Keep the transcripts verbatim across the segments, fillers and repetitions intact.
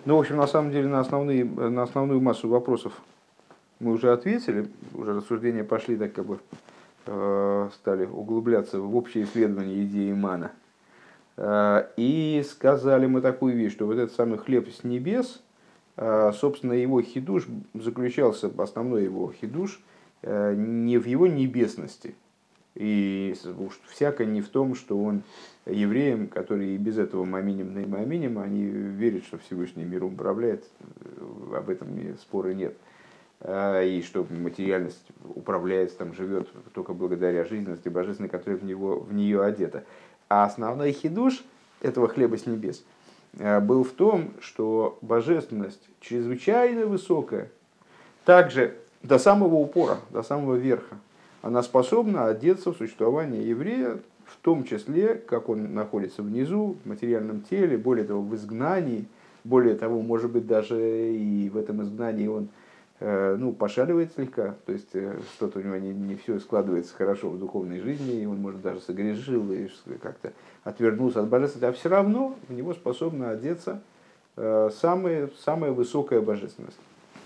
Ну, в общем, на самом деле, на, основные, на основную массу вопросов мы уже ответили, уже рассуждения пошли, так как бы э, стали углубляться в общее исследование идеи мана. Э, и сказали мы такую вещь, что вот этот самый хлеб с небес, э, собственно, его хидуш заключался, основной его хидуш, э, не в его небесности, и уж всяко не в том, что он евреям, которые и без этого маминим на маминим, они верят, что Всевышний миром управляет, об этом спора нет. И что материальность управляется, там, живет только благодаря жизненности божественной, которая в, него, в нее одета. А основной хидуш этого хлеба с небес был в том, что божественность чрезвычайно высокая, также до самого упора, до самого верха, она способна одеться в существование еврея, в том числе, как он находится внизу, в материальном теле, более того, в изгнании, более того, может быть, даже и в этом изгнании он э, ну, пошаливает слегка, то есть э, что-то у него не, не все складывается хорошо в духовной жизни, и он, может, даже согрешил и как-то отвернулся от божественности, а все равно в него способна одеться э, самая, самая высокая божественность.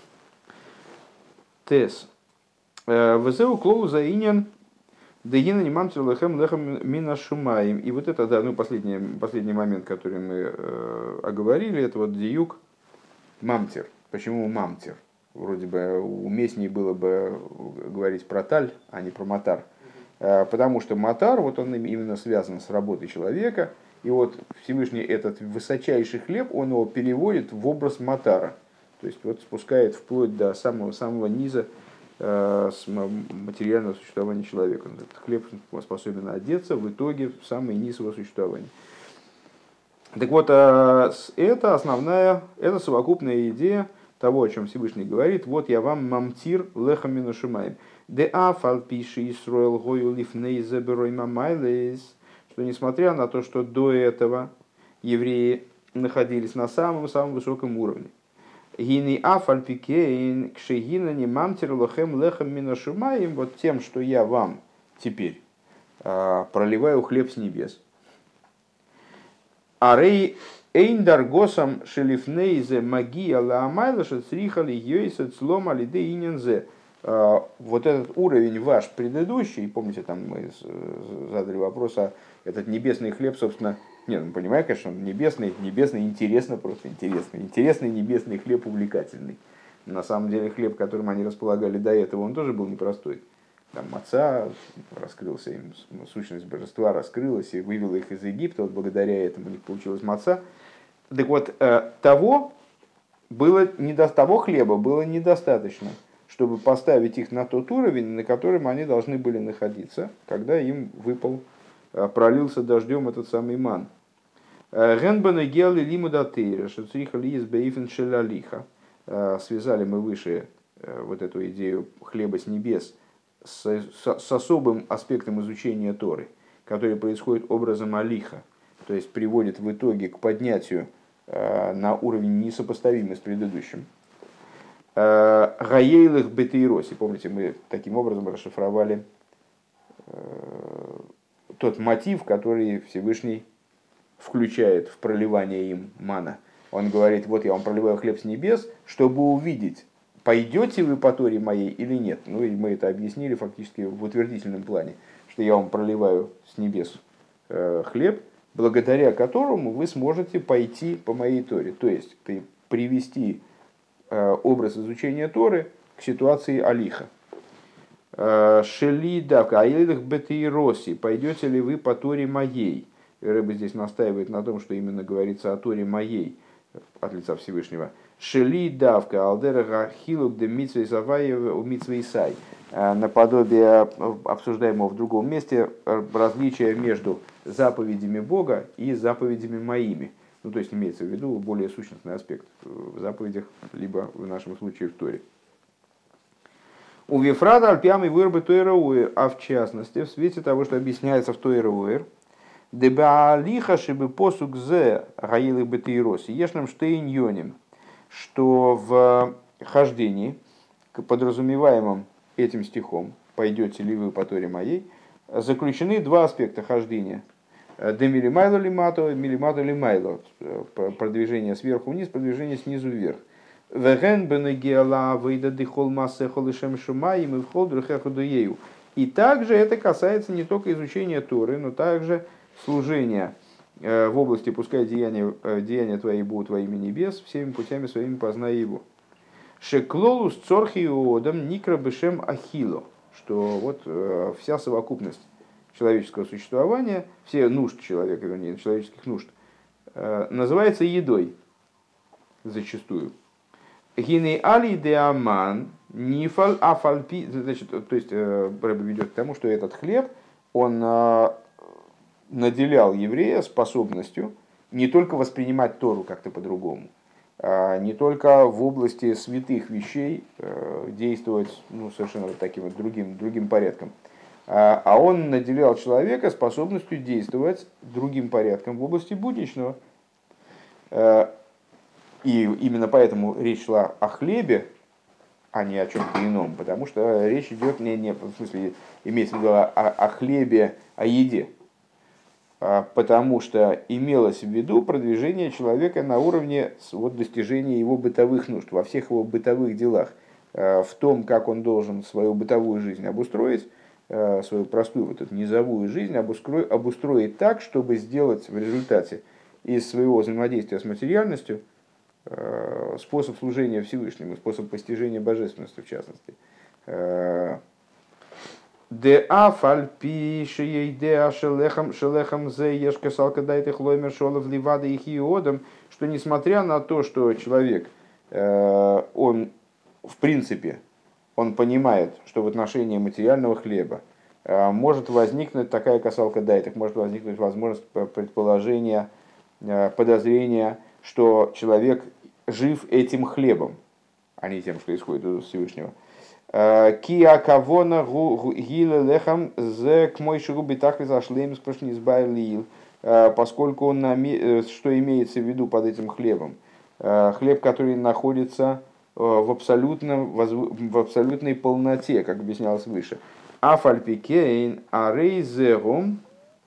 Тес. Везеу клоу заинен дегина не мамтир лехем лехем мина шумаем. И вот это, да, ну, последний, последний момент, который мы э, оговорили, это вот диюк мамтир. Почему мамтир? Вроде бы уместнее было бы говорить про таль, а не про матар. Э, потому что матар, вот он именно связан с работой человека. И вот Всевышний этот высочайший хлеб, он его переводит в образ матара. То есть вот спускает вплоть до самого-самого низа с материального существования человека. Этот хлеб способен одеться в итоге в самый низ его существования. Так вот, это основная, это совокупная идея того, о чем Всевышний говорит. Вот я вам мамтир лехам минушумаем. Де афал пиши Исроэл гою лифней заберой мамайлес. Что несмотря на то, что до этого евреи находились на самом-самом высоком уровне. Гини афальпикейн кшегина не мамтир лохем лехам минашумаем, вот тем, что я вам теперь а, проливаю хлеб с небес. Арей эйндар госам шелифнейзе магия лаамайла шацрихали йойсет слома лиде инензе. Вот этот уровень ваш предыдущий, помните, там мы задали вопрос, а этот небесный хлеб, собственно, нет, ну понимаю, конечно, он небесный, небесный, интересно, просто интересный. Интересный небесный хлеб, увлекательный. На самом деле хлеб, которым они располагали до этого, он тоже был непростой. Там маца, раскрылся им, сущность божества раскрылась и вывела их из Египта, вот благодаря этому у них получилась маца. Так вот, того, было, того хлеба было недостаточно, чтобы поставить их на тот уровень, на котором они должны были находиться, когда им выпал, пролился дождем этот самый ман. Связали мы выше вот эту идею хлеба с небес с, с, с особым аспектом изучения Торы, который происходит образом алиха, то есть приводит в итоге к поднятию на уровень несопоставимый с предыдущим. Гаейлых бетейроси, помните, мы таким образом расшифровали тот мотив, который Всевышний включает в проливание им мана. Он говорит, вот я вам проливаю хлеб с небес, чтобы увидеть, пойдете вы по Торе моей или нет. Ну и мы это объяснили фактически в утвердительном плане, что я вам проливаю с небес э, хлеб, благодаря которому вы сможете пойти по моей Торе. То есть привести э, образ изучения Торы к ситуации алиха. Шели давка, аилих бетейроси, пойдете ли вы по Торе моей? Рэбе здесь настаивает на том, что именно говорится о Торе моей, от лица Всевышнего. Шели давка, алдера хилук де митсвей заваева у митсвей сай. Наподобие обсуждаемого в другом месте различия между заповедями Бога и заповедями моими. Ну, то есть имеется в виду более сущностный аспект в заповедях, либо в нашем случае в Торе. У Вифрада альпиам и вырбы Тойра-Уэр, а в частности, в свете того, что объясняется в Тойра-Уэр, дебаалиха шибы посук зе гаилых бетейроси, ешным штейньоним, что в хождении, подразумеваемом этим стихом, пойдете ли вы по Торе моей, заключены два аспекта хождения. Де милимайло лимато, милимато лимайло. Продвижение сверху вниз, продвижение снизу вверх. Веген бенегиала выйда дихол массе холишем шумаим и вхол друхеходуею. И также это касается не только изучения Торы, но также служения в области, пускай деяния, деяния твои будут во имя небес, всеми путями своими познай его. Шеклолус цорхиодам никрабышем ахило. Что вот вся совокупность человеческого существования, все нужд человека, вернее, человеческих нужд, называется едой зачастую. Гиней али де аман нифаль афальпи. Значит, то есть Рэбе ведет к тому, что этот хлеб, он наделял еврея способностью не только воспринимать Тору как-то по-другому, не только в области святых вещей действовать ну, совершенно вот таким вот другим, другим порядком, а он наделял человека способностью действовать другим порядком в области будничного. И именно поэтому речь шла о хлебе, а не о чем-то ином, потому что речь идет не, не в смысле, имеется в виду о, о хлебе, о еде, потому что имелось в виду продвижение человека на уровне вот, достижения его бытовых нужд, во всех его бытовых делах, в том, как он должен свою бытовую жизнь обустроить, свою простую вот эту низовую жизнь обустроить, обустроить так, чтобы сделать в результате из своего взаимодействия с материальностью способ служения Всевышнему, способ постижения божественности в частности. Де афальпи шеейдеа шелехам шелехам зе ешка салкадайтых лоймер шолов ливада их иодом, что несмотря на то, что человек, он в принципе, он понимает, что в отношении материального хлеба может возникнуть такая касалка дайтых, может возникнуть возможность предположения, подозрения, что человек жив этим хлебом, а не тем, что исходит из Всевышнего. Кия кавона гиле лехам зе к мой шуруби так и зашлем спрошни избавил, поскольку он что имеется в виду под этим хлебом, хлеб, который находится в абсолютном в абсолютной полноте, как объяснялось выше. Афальпикейн арейзерум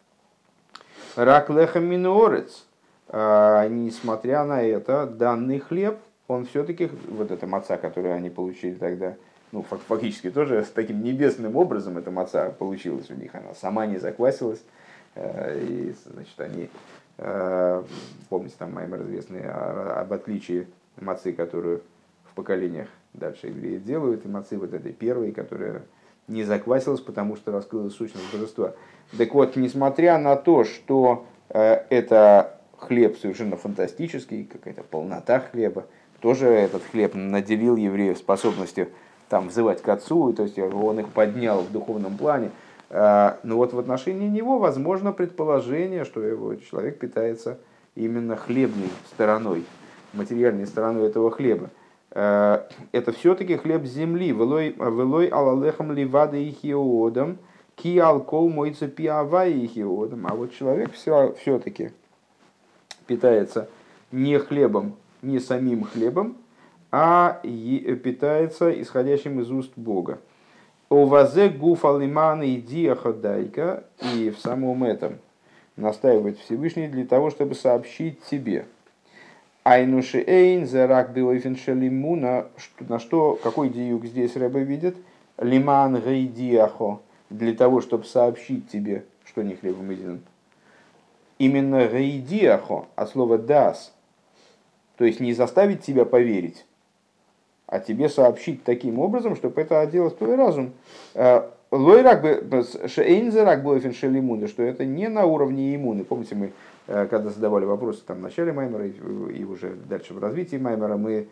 рак лехам минуорец. Несмотря на это, данный хлеб, он все-таки, вот эта маца, которую они получили тогда, ну, фактически тоже с таким небесным образом эта маца получилась у них, она сама не заквасилась, и, значит, они, помните, там маймер известный об отличии мацы, которую в поколениях дальше евреи делают, и мацы вот этой первой, которая не заквасилась, потому что раскрылась сущность божества. Так вот, несмотря на то, что это хлеб совершенно фантастический, какая-то полнота хлеба, тоже этот хлеб наделил евреев способностью там взывать к Отцу, и, то есть он их поднял в духовном плане. Но вот в отношении него возможно предположение, что его человек питается именно хлебной стороной, материальной стороной этого хлеба. Это все-таки хлеб земли. Велой алалехам ливада и хиодам, ки алкол мойца пиава и хиодам. А вот человек все-таки питается не хлебом, не самим хлебом, а питается исходящим из уст Бога. Овазе гуфалиман и диаходайка, и в самом этом настаивает Всевышний для того, чтобы сообщить тебе. Айнуши эйн зарак билойфен шалимуна, на что, какой диюк здесь Рэбе видит? Лиман гейдиахо, для того, чтобы сообщить тебе, что не хлебом единым. Именно гейдиахо, от слова дас, то есть не заставить тебя поверить, а тебе сообщить таким образом, чтобы это оделось в твой разум. Лойрак бы шейнзерак бойфен шелимуна, что это не на уровне иммуны. Помните, мы когда задавали вопросы там, в начале Маймера и уже дальше в развитии Маймера, мы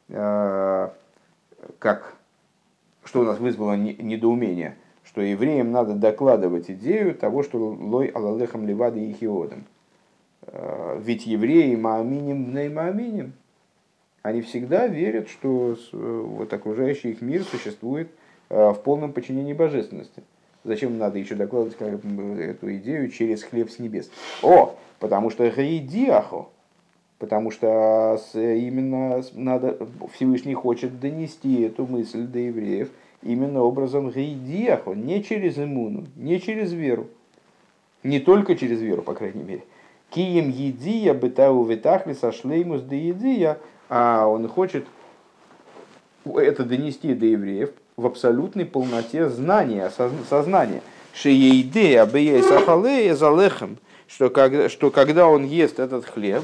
как, что у нас вызвало недоумение, что евреям надо докладывать идею того, что лой алалехам ливады и хиодам. Ведь евреи мааминим бней мааминим. Они всегда верят, что вот окружающий их мир существует в полном подчинении божественности. Зачем надо еще докладывать эту идею через хлеб с небес? О, потому что гейдиахо, потому что именно надо, Всевышний хочет донести эту мысль до евреев именно образом гейдиахо, не через иммуну, не через веру. Не только через веру, по крайней мере. Кием едия бытау витахли сошлеймус да едия, а он хочет это донести до евреев в абсолютной полноте знания, сознания. Шеейдея бейей сахалея залехем, что когда, что когда он ест этот хлеб,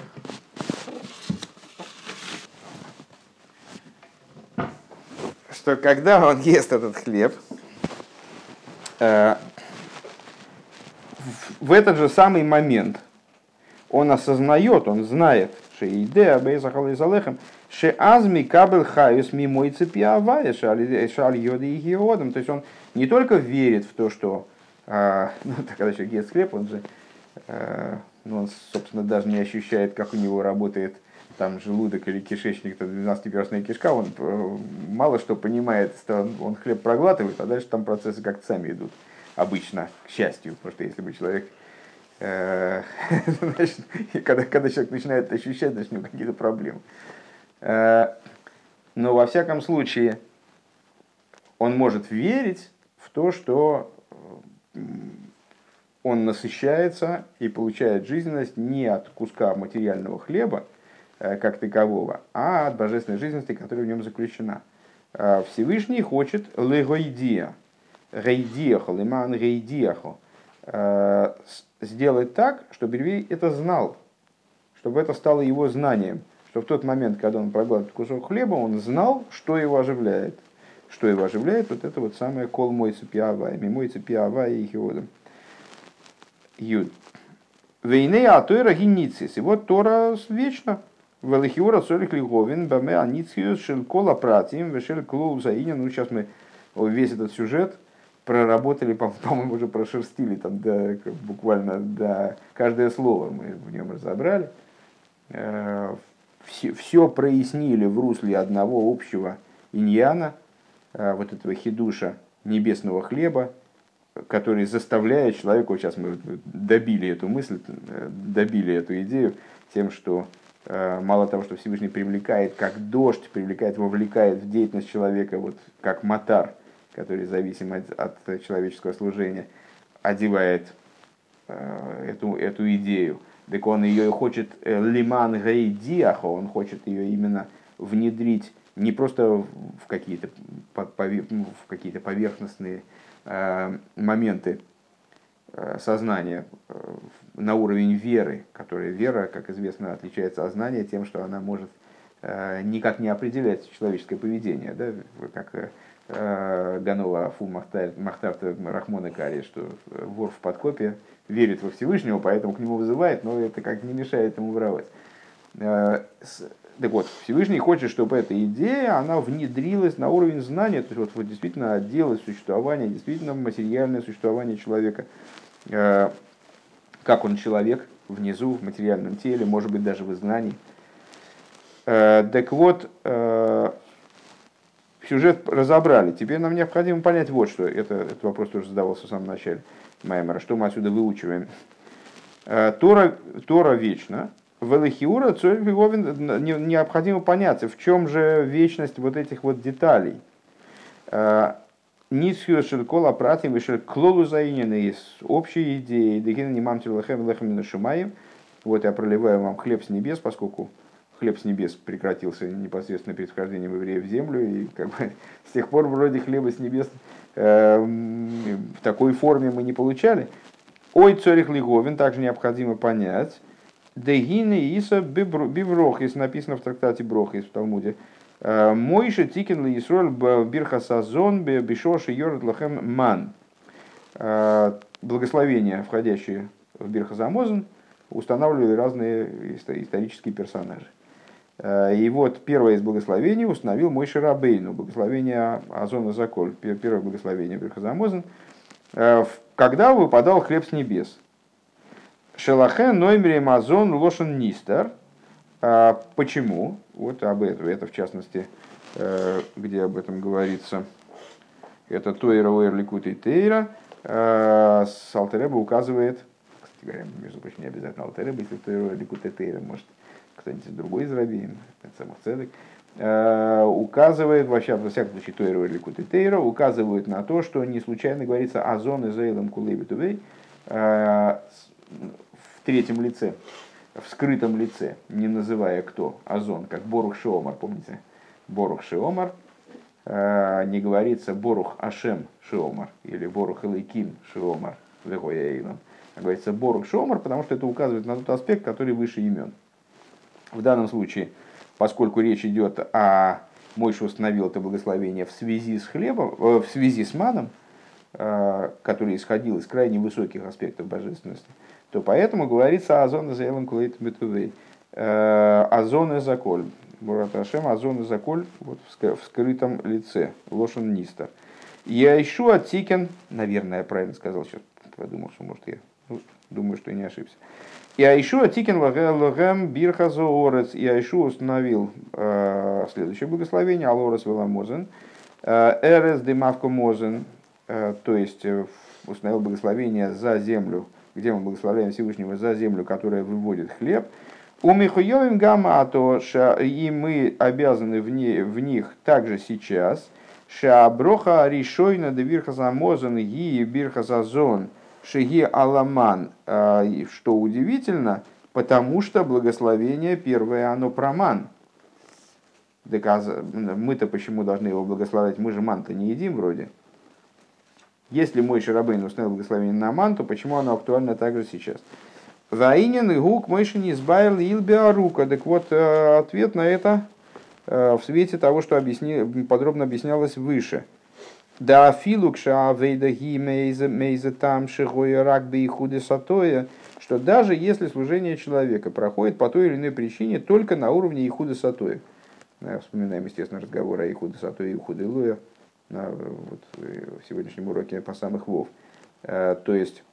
что когда он ест этот хлеб, э, в этот же самый момент он осознает, он знает, что идея бейзахал изалехем, что азми кабель хаюс мимой цепи авая, шаль йоды и геодом. То есть он не только верит в то, что, э, ну, когда еще ест хлеб, он же, э, ну, он, собственно, даже не ощущает, как у него работает там желудок или кишечник, это двенадцатиперстная кишка, он мало что понимает, он хлеб проглатывает, а дальше там процессы как-то сами идут. Обычно, к счастью, потому что если бы человек, э, значит, когда, когда человек начинает ощущать, значит, у него какие-то проблемы. Э, но во всяком случае, он может верить в то, что он насыщается и получает жизненность не от куска материального хлеба, как такового, а от божественной жизненности, которая в нем заключена. Всевышний хочет легойдия, рейдиахо, лиман рейдиахо, сделать так, чтобы еврей это знал, чтобы это стало его знанием, что в тот момент, когда он проглатывает кусок хлеба, он знал, что его оживляет. Что его оживляет, вот это вот самое кол мой цепиавай, мимой цепиавай и хиодом. Юд. Вейне а тойра гиницис. И вот Тора вечна. Велихиура цорих лиговин, баме аницхиус шелькола пратим, вешель клоу заинен. Ну, сейчас мы весь этот сюжет проработали, по-моему, уже прошерстили там до, буквально до каждое слово мы в нем разобрали. Все, все прояснили в русле одного общего иньяна, вот этого хидуша небесного хлеба, который заставляет человека, вот сейчас мы добили эту мысль, добили эту идею тем, что мало того, что Всевышний привлекает, как дождь, привлекает, вовлекает в деятельность человека, вот как матар, который зависим от, от человеческого служения, одевает эту, эту идею. Так он ее хочет лиман гейдиахо, он хочет ее именно внедрить не просто в какие-то, в какие-то поверхностные моменты сознания, на уровень веры, которая вера, как известно, отличается от знания тем, что она может никак не определять человеческое поведение, да? Как Ганова Афу Махтарта Рахмона Кари, что вор в подкопе верит во Всевышнего, поэтому к нему вызывает, но это как не мешает ему воровать. Так вот, Всевышний хочет, чтобы эта идея, она внедрилась на уровень знания, то есть вот, вот действительно отделать существование, действительно материальное существование человека, как он человек внизу, в материальном теле, может быть, даже в изгнании. Так вот, сюжет разобрали. Теперь нам необходимо понять вот что. Это, этот вопрос тоже задавался в самом начале Маймера. Что мы отсюда выучиваем? Тора, Тора вечна. Велихиура необходимо понять, в чем же вечность вот этих вот деталей. Нисхио шелькола пратим вышел клолу заинены из общей идеи. Дегина не мамти лехем лехем нашумаем. Вот я проливаю вам хлеб с небес, поскольку хлеб с небес прекратился непосредственно перед вхождением евреев в землю, и как бы с тех пор вроде хлеба с небес э, в такой форме мы не получали. Ой, цорих лиговин, также необходимо понять. Дегины Иса Биврохис, написано в трактате Брохис в Талмуде. Мойша Тикин ли Исроль Бирхасазон Бишоши Йорд Лахем Ман. Благословения, входящие в Бирхазамозен, устанавливали разные исторические персонажи. И вот первое из благословений установил Мойша Рабейну, благословение Азона Заколь, первое благословение Бирхазамозен, когда выпадал хлеб с небес. Шелахе ноймери мазон лошен нистер. Почему? Вот об этом, это в частности, где об этом говорится, это Тойра Уэр Ликут и Тейра. Алтереба указывает, кстати говоря, между прочим, не обязательно Алтереба, если Тойра Уэр Ликут и Тейра, может, кто-нибудь другой из раввинов, это самых цедек, указывает, вообще, во всяком случае, Тойра Уэр Ликут и Тейра, указывают на то, что не случайно говорится Азон и Зейлом Кулейбетувей, в третьем лице, в скрытом лице, не называя кто, Озон, как Борух Шиомар, помните? Борух Шиомар, не говорится Борух Ашем Шиомар или Борух Элейким Шиомар, говорится Борух Шиомар, потому что это указывает на тот аспект, который выше имен. В данном случае, поскольку речь идет о Мойше установил это благословение в связи с хлебом, в связи с маном, который исходил из крайне высоких аспектов божественности, то поэтому говорится Озон за Элем Кулейт Бетувей. Озон и Заколь. Бурат Ашем, Озон и Заколь вот, в скрытом лице. Лошен Нистер. Я ищу Атикен, наверное, я правильно сказал, сейчас подумал, что может я, ну, думаю, что я не ошибся. Я ищу Атикен Вагелогем Бирхазо Орец. Я ищу установил э, следующее благословение. Алорес Веламозен. Эрес Демавко Мозен. То есть установил благословение за землю, где мы благословляем Всевышнего за землю, которая выводит хлеб. У Михуевим Гамато, и мы обязаны в, не, в них также сейчас. Шаброха Ришойна де Бирхазамозен и Бирхазазон Шиги Аламан. Что удивительно, потому что благословение первое, оно про ман. Мы-то почему должны его благословлять? Мы же ман-то не едим вроде. Если Мойше Рабейну установил благословение на ман, то почему оно актуально также сейчас? Ваинен и гук Мойше не избавил илбиарука. Так вот, ответ на это в свете того, что объясни, подробно объяснялось выше. Да филукша вейдаги мейзе там шигоя ракби и худы сатоя, что даже если служение человека проходит по той или иной причине только на уровне ихуды сатоя. Вспоминаем, естественно, разговор о ихуды сатоя и ихуды луя на вот, в сегодняшнем уроке по самых вов. То есть,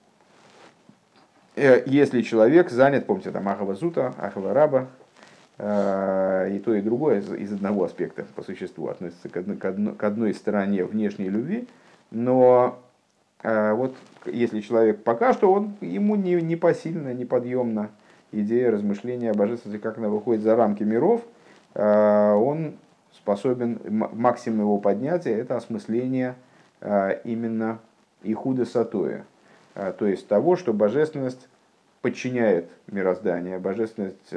если человек занят, помните, там Ахава Зута, Ахава Раба, и то, и другое из одного аспекта по существу относится к одной, к одной, к одной стороне внешней любви, но вот если человек пока что, он, ему не, не посильно, не подъемна идея размышления о божественности, как она выходит за рамки миров, он способен, максимум его поднятия, это осмысление именно ихуда сатоя, то есть того, что божественность подчиняет мироздание, божественность,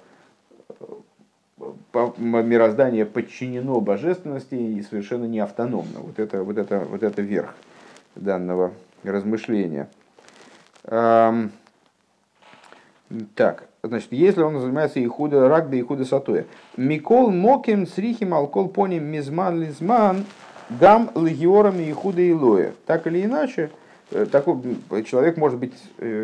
мироздание подчинено божественности и совершенно не автономно. Вот это, вот это, вот это верх данного размышления. Так, значит, если он занимается ихуда рагби, ихуда сатоя. Микол моким срихим алкол поним мизман лизман гам легиорами ихуда илоя. Так или иначе, такой человек может быть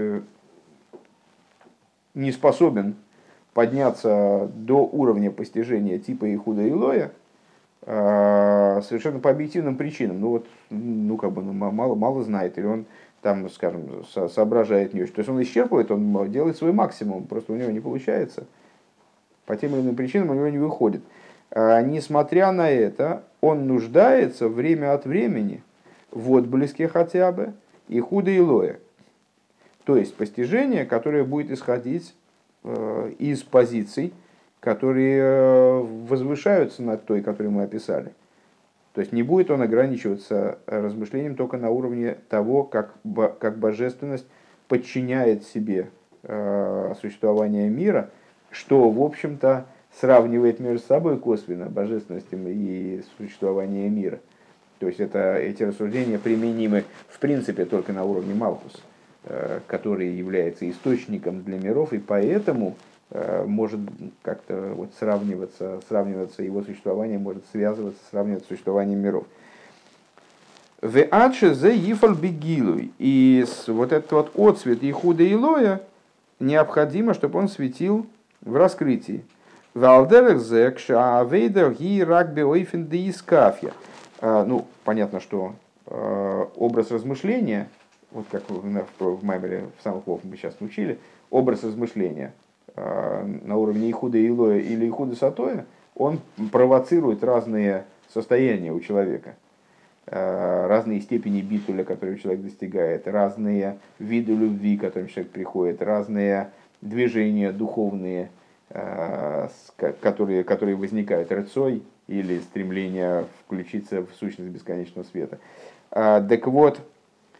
не способен подняться до уровня постижения типа ихуда илоя совершенно по объективным причинам. Ну вот, ну как бы ну, мало, мало знает, или он там, скажем, соображает не очень. То есть он исчерпывает, он делает свой максимум, просто у него не получается. По тем или иным причинам у него не выходит. А, несмотря на это, он нуждается время от времени в отблеске хотя бы ихуда илоя. То есть постижение, которое будет исходить э, из позиций, которые возвышаются над той, которую мы описали. То есть не будет он ограничиваться размышлением только на уровне того, как, как божественность подчиняет себе э, существование мира, что, в общем-то, сравнивает между собой косвенно божественность и существование мира. То есть это, эти рассуждения применимы в принципе только на уровне Малхус, э, который является источником для миров, и поэтому может как-то вот сравниваться, сравниваться его существование, может связываться, сравниваться с существованием миров. В адше зе ифаль бегилуй. И вот этот вот отцвет ихуда илоя необходимо, чтобы он светил в раскрытии. В алдерах зе кша авейдер ги рак беойфен де искафья. Ну, понятно, что образ размышления, вот как в Маймере, в самых вов мы сейчас учили, образ размышления на уровне ихуда илоя или ихуда сатоя, он провоцирует разные состояния у человека, разные степени битуля, которые человек достигает, разные виды любви, к которым человек приходит, разные движения духовные, которые, которые возникают рыцой или стремление включиться в сущность бесконечного света. Так вот,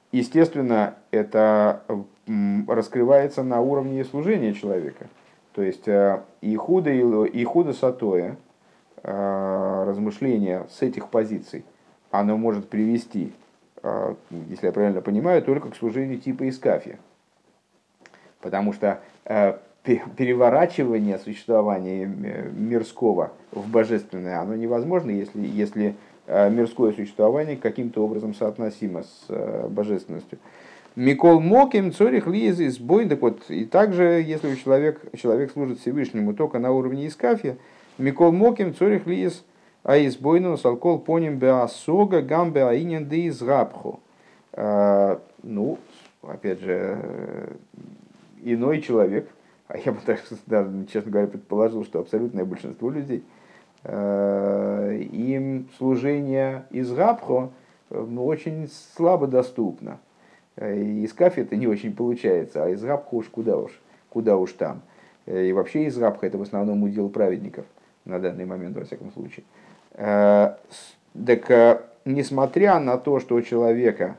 естественно, это раскрывается на уровне служения человека. То есть и худо, и худо сатоя, размышления с этих позиций, оно может привести, если я правильно понимаю, только к служению типа искафия. Потому что переворачивание существования мирского в божественное, оно невозможно, если, если мирское существование каким-то образом соотносимо с божественностью. Микол Моким, Цорих, Лиез, Избой. Так вот, и также, если человек, человек служит Всевышнему только на уровне искафия, Микол Моким, Цорих, Лиез, а избойну салкол поним беасога гамбе аинен де израбху. Ну, опять же, иной человек, а я бы так, даже, честно говоря, предположил, что абсолютное большинство людей, им служение израбху ну, очень слабо доступно. Из кафе это не очень получается, а из рабха уж куда уж, куда уж там. И вообще из рабха это в основном удел праведников, на данный момент, во всяком случае. Так, несмотря на то, что у человека,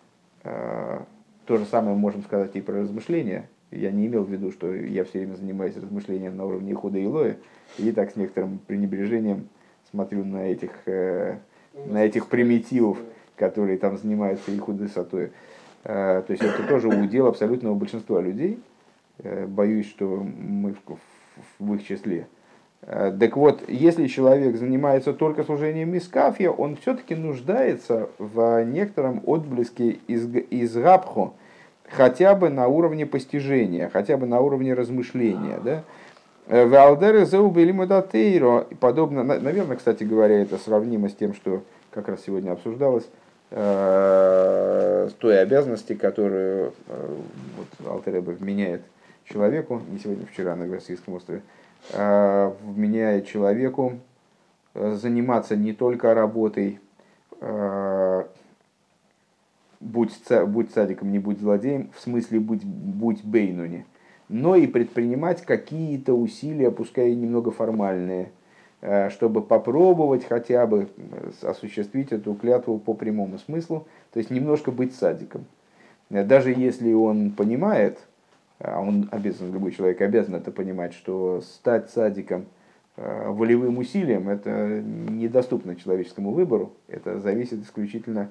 то же самое можем сказать и про размышления, я не имел в виду, что я все время занимаюсь размышлением на уровне Ихуда и Илоя, и так с некоторым пренебрежением смотрю на этих, на этих примитивов, которые там занимаются Ихуда и Сатоя. То есть это тоже удел абсолютного большинства людей. Боюсь, что мы в их числе. Так вот, если человек занимается только служением искафия, он все-таки нуждается в некотором отблеске из, из рабху, хотя бы на уровне постижения, хотя бы на уровне размышления. Да? Подобно, наверное, кстати говоря, это сравнимо с тем, что как раз сегодня обсуждалось, с той обязанности, которую вот, Алтер Ребе вменяет человеку, не сегодня, вчера на Гвардейском острове, вменяет человеку заниматься не только работой, будь, будь цадиком, не будь злодеем, в смысле будь, будь бейнуни, но и предпринимать какие-то усилия, пускай и немного формальные, чтобы попробовать хотя бы осуществить эту клятву по прямому смыслу, то есть немножко быть садиком. Даже если он понимает, а он обязан, любой человек обязан это понимать, что стать садиком волевым усилием это недоступно человеческому выбору, это зависит исключительно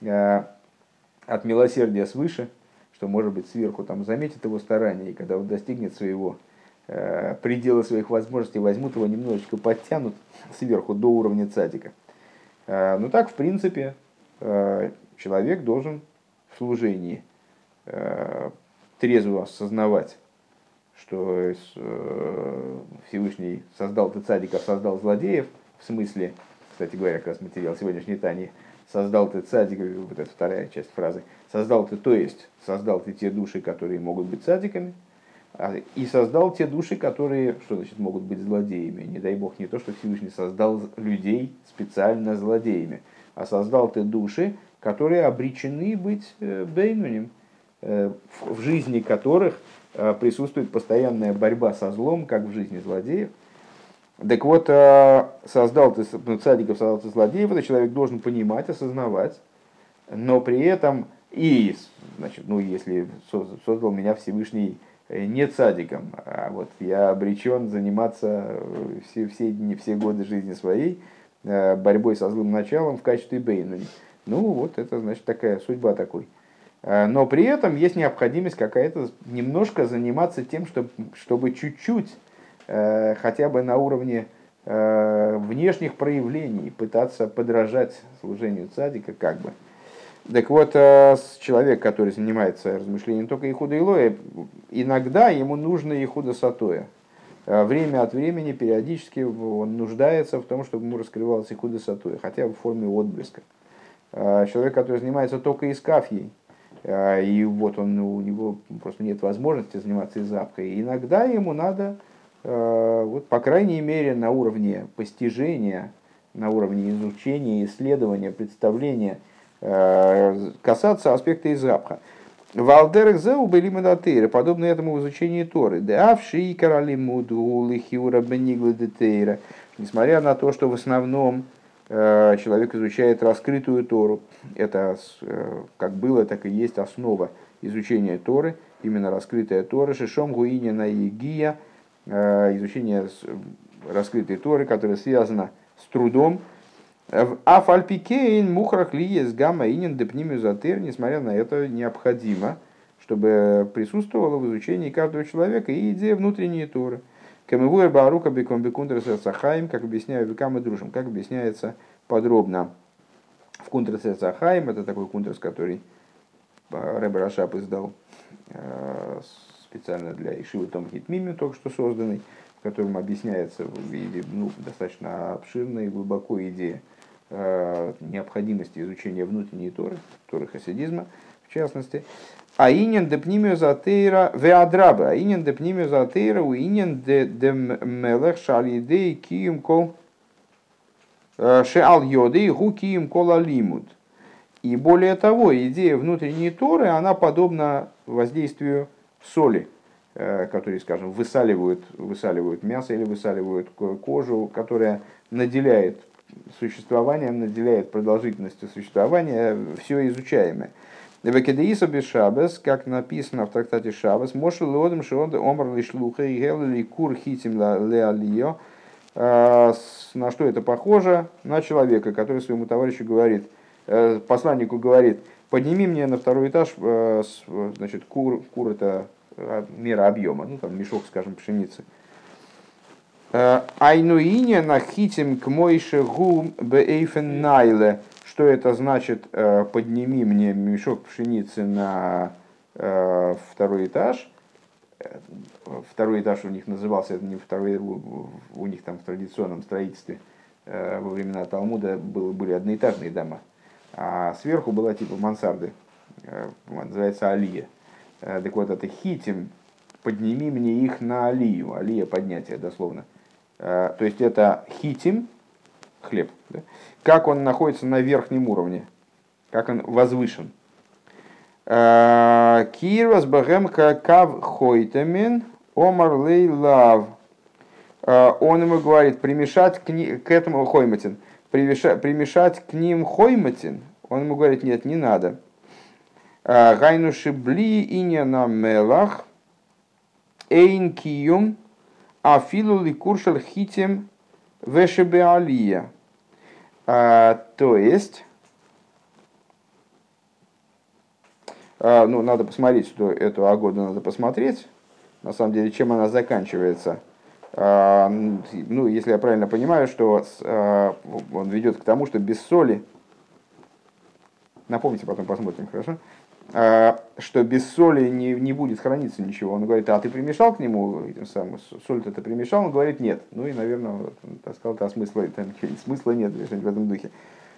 от милосердия свыше, что, может быть, сверху там заметит его старания, и когда он достигнет своего пределы своих возможностей, возьмут его немножечко подтянут сверху до уровня цадика. Но так, в принципе, человек должен в служении трезво осознавать, что Всевышний создал ты цадиков, создал злодеев, в смысле, кстати говоря, как раз материал сегодняшней Тани, создал ты цадиков, вот эта вторая часть фразы, создал ты, то есть, создал ты те души, которые могут быть цадиками, и создал те души, которые, что значит, могут быть злодеями. Не дай бог, не то, что Всевышний создал людей специально злодеями, а создал ты души, которые обречены быть бейнуним, в жизни которых присутствует постоянная борьба со злом, как в жизни злодеев. Так вот, создал ты цадиков, создал ты злодеев, это человек должен понимать, осознавать, но при этом и, значит, ну, если создал меня Всевышний не цадиком, а вот я обречен заниматься все, все дни, все годы жизни своей борьбой со злым началом в качестве бейнуни. Ну, вот это, значит, такая судьба такой. Но при этом есть необходимость какая-то немножко заниматься тем, чтобы, чтобы чуть-чуть, хотя бы на уровне внешних проявлений, пытаться подражать служению цадика, как бы. Так вот, человек, который занимается размышлением только Ихуда и Илоя, иногда ему нужно Ихуда Сатоя. Время от времени, периодически он нуждается в том, чтобы ему раскрывался Ихуда Сатоя, хотя бы в форме отблеска. Человек, который занимается только искафьей, и вот он, у него просто нет возможности заниматься изапкой, иногда ему надо, вот, по крайней мере, на уровне постижения, на уровне изучения, исследования, представления, касаться аспекта изапха. Валдерах зеу были медатейры, подобно этому в изучении Торы. Деавши и короли муду лихиура бенигла детейра. Несмотря на то, что в основном человек изучает раскрытую Тору. Это как было, так и есть основа изучения Торы, именно раскрытая Тора, Шишом Гуиня на Егия, изучение раскрытой Торы, которая связана с трудом. А фальпикейн мухрах лиес гамма инин депнимизатер, несмотря на это, необходимо, чтобы присутствовала в изучении каждого человека и идея внутренней Торы. Камевуэр барука беком бекунтрас цахаим, как объясняю векам и дружим, как объясняется подробно в Кунтрас цахаим, это такой кунтрас, который Ребе Рашаб издал специально для Ишивы Том Хитмими, только что созданный, в котором объясняется в виде, ну, достаточно обширной и глубокой идеи необходимости изучения внутренней Торы, Торы хасидизма, в частности. Аинен де пнимиозатейра веадраба, аинен де пнимиозатейра, уинен де мелех шалидей кием кол шеал йодей гу кием кол алимуд. И более того, идея внутренней Торы, она подобна воздействию соли, которые, скажем, высаливают, высаливают мясо или высаливают кожу, которая наделяет существованием, наделяет продолжительностью существования все изучаемое. Векедеиса без Шабес, как написано в трактате Шабес, Моше лодом шион омар лишлуха и гелли кур хитим леалио. На что это похоже? На человека, который своему товарищу говорит, посланнику говорит: подними мне на второй этаж, значит, кур, кур это мера объема, ну там мешок, скажем, пшеницы. Айнуине нахитим к мойше гум бейфен найле. Что это значит? Подними мне мешок пшеницы на второй этаж. Второй этаж у них назывался, это не второй, у них там в традиционном строительстве во времена Талмуда было, были одноэтажные дома, а сверху была типа мансарды, называется алия. Так вот, это хитим, подними мне их на алию, алия поднятие дословно. То есть это хитим, хлеб, да? Как он находится на верхнем уровне, как он возвышен. Кирвас бахем кав хойтамин омар лей лав. Он ему говорит, примешать к, ни, к этому хойматин, примешать, примешать к ним хойматин. Он ему говорит, нет, не надо. Гайну шибли иня на мелах эйн киюм афилу ликуршал хитим вешебе алия. То есть, ну, надо посмотреть, что эту агоду надо посмотреть. На самом деле, чем она заканчивается. Ну, если я правильно понимаю, что он ведет к тому, что без соли, напомните, потом посмотрим, хорошо, что без соли не, не будет храниться ничего. Он говорит, а ты примешал к нему, этим самым, соль-то ты примешал? Он говорит, нет. Ну и, наверное, он сказал, а смысла, там, смысла нет, в этом духе.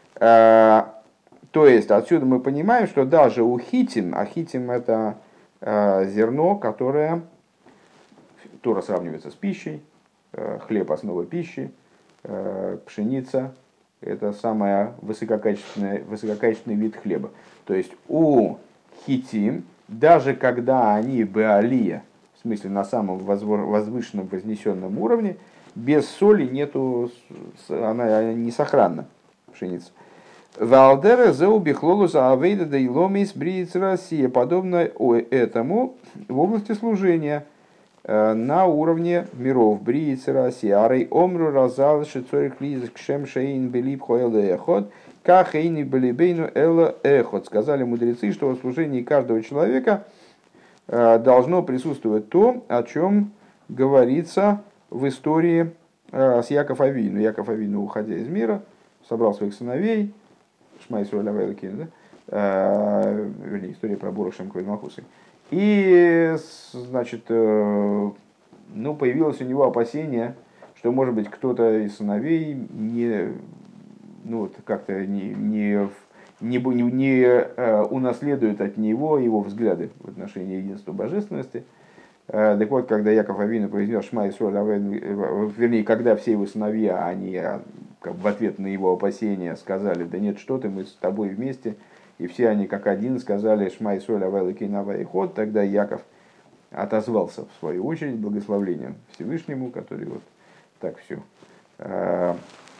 То есть, отсюда мы понимаем, что даже у хитим, а хитим это зерно, которое Тора сравнивается с пищей, хлеб основа пищи, пшеница это самый высококачественный, высококачественный вид хлеба. То есть у хитим, даже когда они беалия, в смысле на самом возвышенном, вознесенном уровне, без соли нету, она не сохранна, пшеница. Валдера заубихлолу за авейда да иломис бриец Россия. Подобно этому в области служения на уровне миров бриец Россия. Арей омру разал шицорих лиз кшем шейн белиб хоэл эхот кахейни белибейну эла эхот. Сказали мудрецы, что в служении каждого человека должно присутствовать то, о чем говорится в истории с Яков Авину. Яков Авину, уходя из мира, собрал своих сыновей. Шма Исроэль Авай Элокейну, да? Вернее, история про Борух Шем Квоид Малхусы. И, значит, ну, появилось у него опасение, что, может быть, кто-то из сыновей не, ну, как-то не, не, не, не, не унаследует от него его взгляды в отношении единства божественности. Так вот, когда Яков Авину произнес Шма Исроэль Авай, вернее, когда все его сыновья, они как в ответ на его опасения сказали, да нет, что ты, мы с тобой вместе, и все они как один сказали Шма Исроэль Авай Элокейну Авай Эхот, тогда Яков отозвался в свою очередь благословением Всевышнему, который вот так все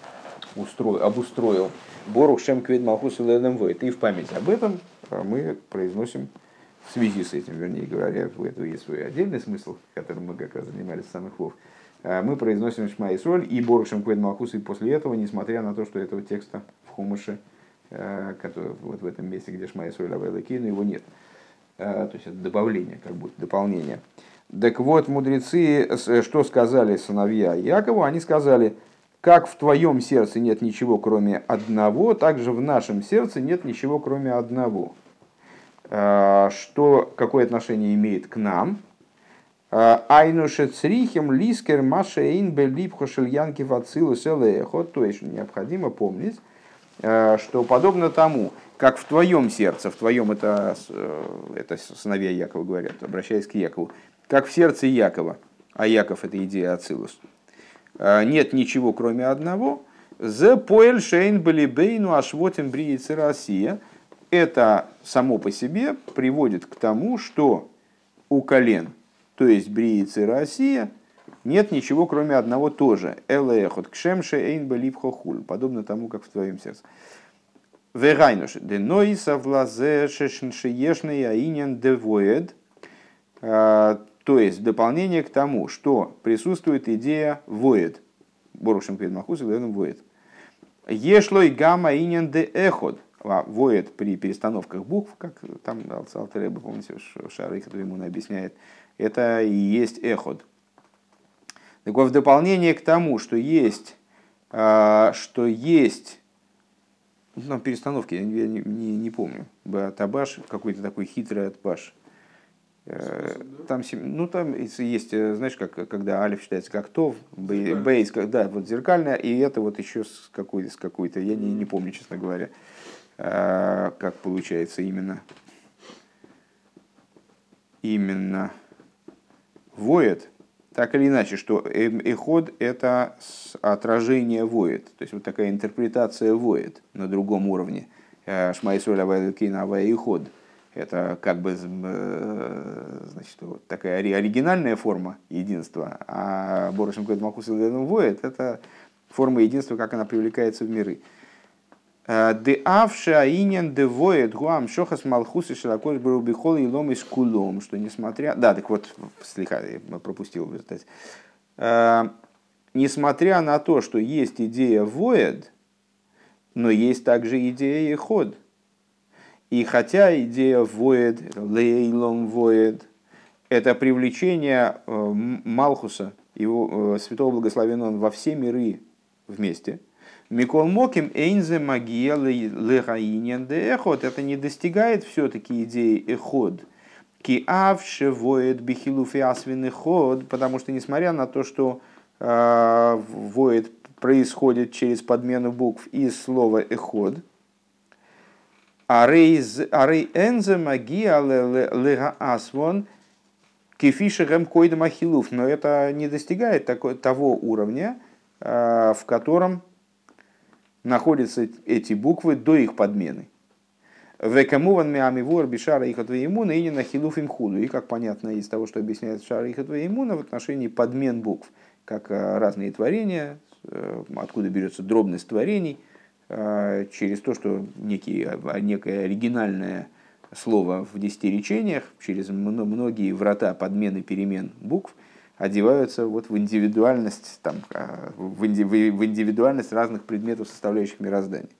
устроил, обустроил. Борух Шем Квед Малхус и Ленемвейт. И в память об этом мы произносим в связи с этим, вернее говоря, в этом есть свой отдельный смысл, которым мы как раз занимались с самых вов. Мы произносим Шма Исроль и Борух Шем Квед Малхус, и после этого, несмотря на то, что этого текста в Хумаше, который вот в этом месте, где Шма Исроль Авай Кейну, его нет. То есть это добавление, как будто дополнение. Так вот, мудрецы, что сказали сыновья Якова? Они сказали: как в твоем сердце нет ничего, кроме одного, так же в нашем сердце нет ничего, кроме одного. Что, какое отношение имеет к нам? Айнуше црихем лискер машеин белипхо шельянки вацилу селехот. То есть необходимо помнить, что подобно тому, как в твоем сердце, в твоем, это, это сыновья Якова говорят, обращаясь к Якову, как в сердце Якова, а Яков — это идея Ацилус, нет ничего, кроме одного, «Зе поэль шейн балибейну ашвотим бриицы Россия». Это само по себе приводит к тому, что у колен, то есть бриицы Россия, нет ничего, кроме одного тоже. «Элэхот кшем шейн балибхо хуль», подобно тому, как в твоем сердце. Вегайнуш денойса влазе шешншиешный аинен девоед. То есть в дополнение к тому, что присутствует идея воед. Борушем перед Махусом говорим воед. Ешлой гамма инен де эход. Воед при перестановках букв, как там Алтер Ребе, помните, Шаар Ихот Веймуна объясняет, это и есть эход. Так вот, в дополнение к тому, что есть, что есть, ну, там перестановки, я не, не, не помню, Табаш, какой-то такой хитрый Атбаш. Там, ну, там есть, знаешь, как, когда алиф считается как тов, бейс, да, вот зеркальная, и это вот еще с какой-то, с какой-то, я не, не помню, честно говоря, как получается именно, именно воет, так или иначе, что эход — это отражение воет, то есть вот такая интерпретация воет на другом уровне. Шма Исроль Авай Кейну Авай эход. Это как бы, значит, вот такая оригинальная форма единства, а Борошем Квед Малхус и Ленем воет — это форма единства, как она привлекается в миры. Де авше аинен де воет гуам шохас малхус и широкош барубихол и лом из кулом, что несмотря, да, так вот, слегка я пропустил в результате. Несмотря на то, что есть идея воет, но есть также идея эход. И хотя идея воед, лейлом воед, это привлечение Малхуса, его святого благословенного он во все миры вместе, Микол Моким эйнзе магия легаинен де эход, это не достигает все-таки идеи эход. Ки авше воед бихилуфи асвин эход, потому что несмотря на то, что э, воед происходит через подмену букв из слова эход, Арей энзе магия лега асвон кефишерем койдам ахилуф, но это не достигает такой, того уровня, в котором находятся эти буквы до их подмены. Векамуван миамивор бишара их отвоемуна и не на хилуф им худу. И как понятно из того, что объясняет Шара их отвоемуна в отношении подмен букв, как разные творения, откуда берется дробность творений, через то, что некий, некое оригинальное слово в десяти речениях, через многие врата подмены перемен букв, одеваются вот в индивидуальность, там, в индивидуальность разных предметов, составляющих мироздание.